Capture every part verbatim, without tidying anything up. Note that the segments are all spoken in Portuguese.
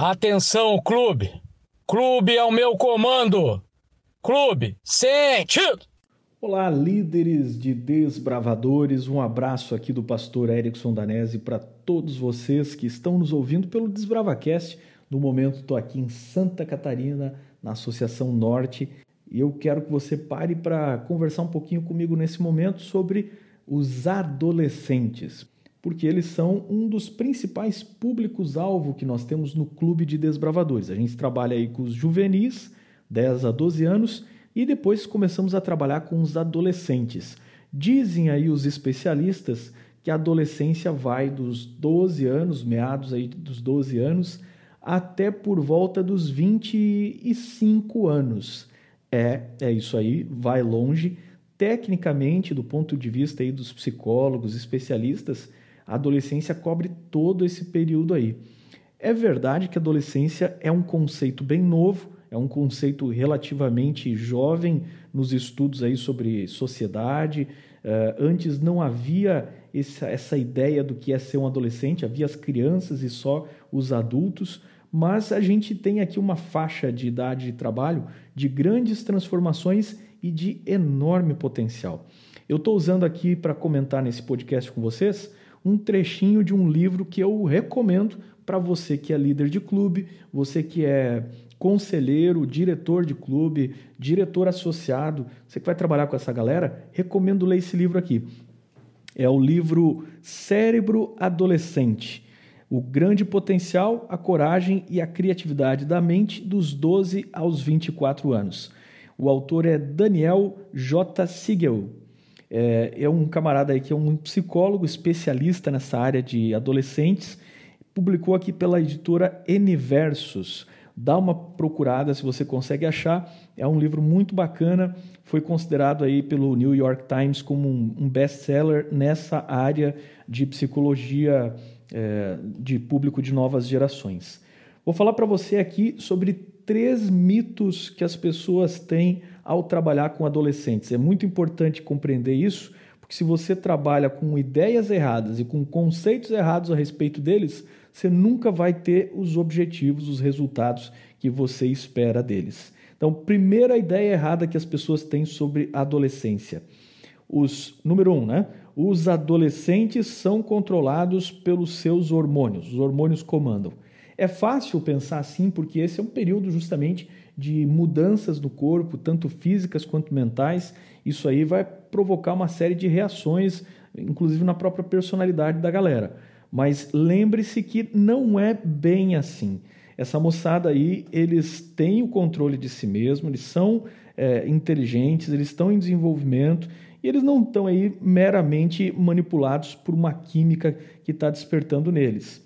Atenção, clube! Clube ao meu comando! Clube, sentido! Olá, líderes de desbravadores, um abraço aqui do pastor Erickson Danese para todos vocês que estão nos ouvindo pelo DesbravaCast. No momento estou aqui em Santa Catarina, na Associação Norte, e eu quero que você pare para conversar um pouquinho comigo nesse momento sobre os adolescentes, porque eles são um dos principais públicos-alvo que nós temos no Clube de Desbravadores. A gente trabalha aí com os juvenis, dez a doze anos, e depois começamos a trabalhar com os adolescentes. Dizem aí os especialistas que a adolescência vai dos doze anos, meados aí dos doze anos, até por volta dos vinte e cinco anos. É, é isso aí, vai longe. Tecnicamente, do ponto de vista aí dos psicólogos, especialistas, a adolescência cobre todo esse período aí. É verdade que a adolescência é um conceito bem novo, é um conceito relativamente jovem nos estudos aí sobre sociedade. Uh, antes não havia essa, essa ideia do que é ser um adolescente, havia as crianças e só os adultos, mas a gente tem aqui uma faixa de idade de trabalho de grandes transformações e de enorme potencial. Eu estou usando aqui para comentar nesse podcast com vocês um trechinho de um livro que eu recomendo para você que é líder de clube, você que é conselheiro, diretor de clube, diretor associado, você que vai trabalhar com essa galera, recomendo ler esse livro aqui. É o livro Cérebro Adolescente, o grande potencial, a coragem e a criatividade da mente dos doze aos vinte e quatro anos. O autor é Daniel J. Siegel. É, é um camarada aí que é um psicólogo especialista nessa área de adolescentes, publicou aqui pela editora Universos. Dá uma procurada se você consegue achar, é um livro muito bacana, foi considerado aí pelo New York Times como um, um best-seller nessa área de psicologia é, de público de novas gerações. Vou falar para você aqui sobre três mitos que as pessoas têm ao trabalhar com adolescentes. É muito importante compreender isso, porque se você trabalha com ideias erradas e com conceitos errados a respeito deles, você nunca vai ter os objetivos, os resultados que você espera deles. Então, primeira ideia errada que as pessoas têm sobre a adolescência. Os, número um, né? Os adolescentes são controlados pelos seus hormônios. Os hormônios comandam. É fácil pensar assim, porque esse é um período justamente de mudanças no corpo, tanto físicas quanto mentais. Isso aí vai provocar uma série de reações, inclusive na própria personalidade da galera. Mas lembre-se que não é bem assim. Essa moçada aí, eles têm o controle de si mesmo, eles são é, inteligentes, eles estão em desenvolvimento e eles não estão aí meramente manipulados por uma química que está despertando neles.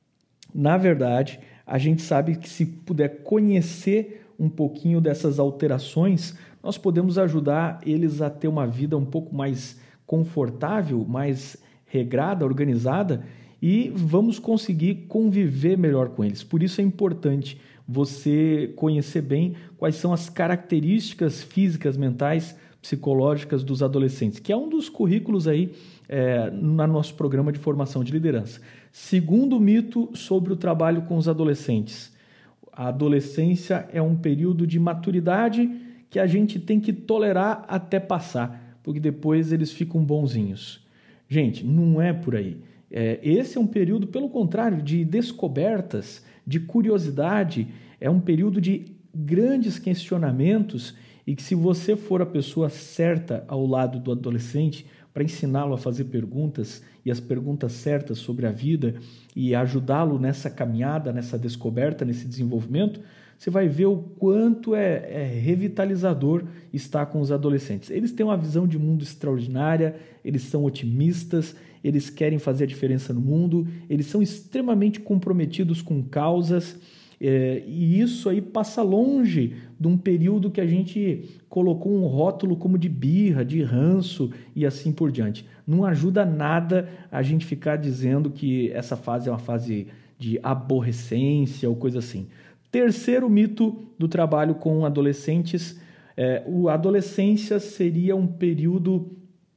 Na verdade, a gente sabe que se puder conhecer um pouquinho dessas alterações, nós podemos ajudar eles a ter uma vida um pouco mais confortável, mais regrada, organizada, e vamos conseguir conviver melhor com eles. Por isso é importante você conhecer bem quais são as características físicas, mentais, psicológicas dos adolescentes, que é um dos currículos aí é, no nosso programa de formação de liderança. Segundo mito sobre o trabalho com os adolescentes. A adolescência é um período de maturidade que a gente tem que tolerar até passar, porque depois eles ficam bonzinhos. Gente, não é por aí. É, esse é um período, pelo contrário, de descobertas, de curiosidade, é um período de grandes questionamentos e que se você for a pessoa certa ao lado do adolescente para ensiná-lo a fazer perguntas e as perguntas certas sobre a vida e ajudá-lo nessa caminhada, nessa descoberta, nesse desenvolvimento, você vai ver o quanto é, é revitalizador estar com os adolescentes. Eles têm uma visão de mundo extraordinária, eles são otimistas, eles querem fazer a diferença no mundo, eles são extremamente comprometidos com causas, é, e isso aí passa longe de um período que a gente colocou um rótulo como de birra, de ranço e assim por diante. Não ajuda nada a gente ficar dizendo que essa fase é uma fase de aborrecência ou coisa assim. Terceiro mito do trabalho com adolescentes, é, a adolescência seria um período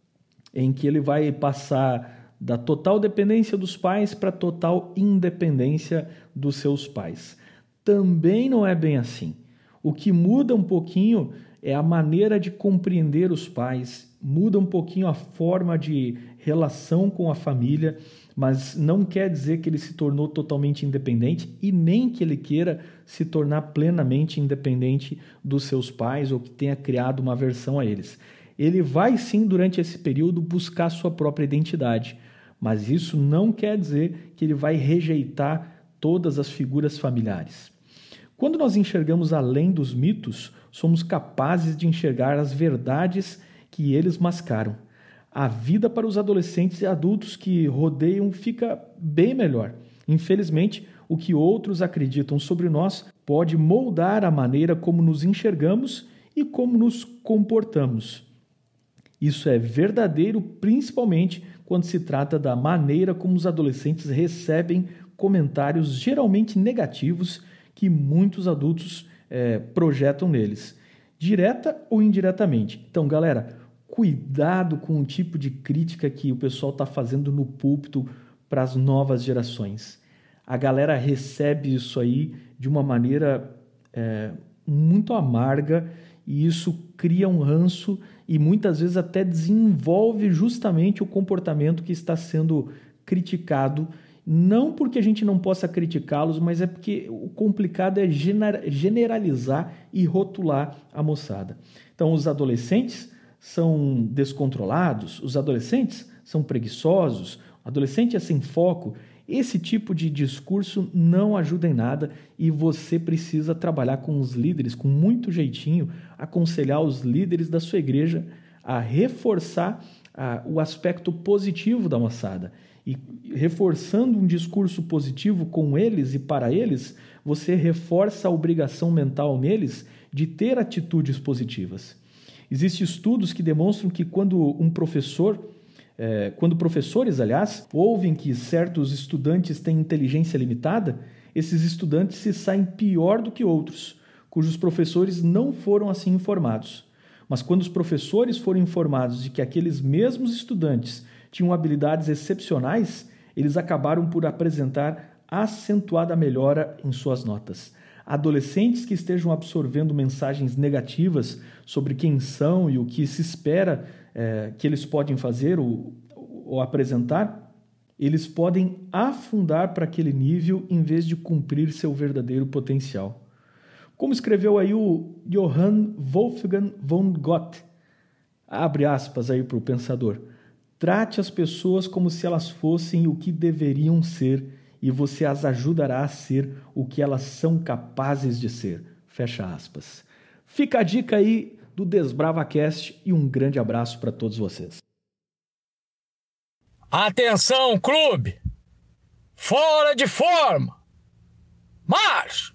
em que ele vai passar da total dependência dos pais para total independência dos seus pais. Também não é bem assim. O que muda um pouquinho é a maneira de compreender os pais, muda um pouquinho a forma de relação com a família, mas não quer dizer que ele se tornou totalmente independente e nem que ele queira se tornar plenamente independente dos seus pais ou que tenha criado uma aversão a eles. Ele vai sim, durante esse período, buscar sua própria identidade, mas isso não quer dizer que ele vai rejeitar todas as figuras familiares. Quando nós enxergamos além dos mitos, somos capazes de enxergar as verdades que eles mascaram. A vida para os adolescentes e adultos que rodeiam fica bem melhor. Infelizmente, o que outros acreditam sobre nós pode moldar a maneira como nos enxergamos e como nos comportamos. Isso é verdadeiro principalmente quando se trata da maneira como os adolescentes recebem comentários geralmente negativos que muitos adultos é, projetam neles, direta ou indiretamente. Então, galera, cuidado com o tipo de crítica que o pessoal está fazendo no púlpito para as novas gerações. A galera recebe isso aí de uma maneira é, muito amarga e isso cria um ranço e muitas vezes até desenvolve justamente o comportamento que está sendo criticado. Não porque a gente não possa criticá-los, mas é porque o complicado é generalizar e rotular a moçada. Então, os adolescentes são descontrolados, os adolescentes são preguiçosos, o adolescente é sem foco. Esse tipo de discurso não ajuda em nada e você precisa trabalhar com os líderes, com muito jeitinho, aconselhar os líderes da sua igreja a reforçar a, o aspecto positivo da moçada. E reforçando um discurso positivo com eles e para eles, você reforça a obrigação mental neles de ter atitudes positivas. Existem estudos que demonstram que quando um professor, é, quando professores, aliás, ouvem que certos estudantes têm inteligência limitada, esses estudantes se saem pior do que outros, cujos professores não foram assim informados. Mas quando os professores foram informados de que aqueles mesmos estudantes tinham habilidades excepcionais, eles acabaram por apresentar acentuada melhora em suas notas. Adolescentes que estejam absorvendo mensagens negativas sobre quem são e o que se espera é, que eles podem fazer ou, ou apresentar, eles podem afundar para aquele nível em vez de cumprir seu verdadeiro potencial. Como escreveu aí o Johann Wolfgang von Goethe, abre aspas aí para o pensador, trate as pessoas como se elas fossem o que deveriam ser e você as ajudará a ser o que elas são capazes de ser. Fecha aspas. Fica a dica aí do DesbravaCast e um grande abraço para todos vocês. Atenção, clube! Fora de forma! Marcha!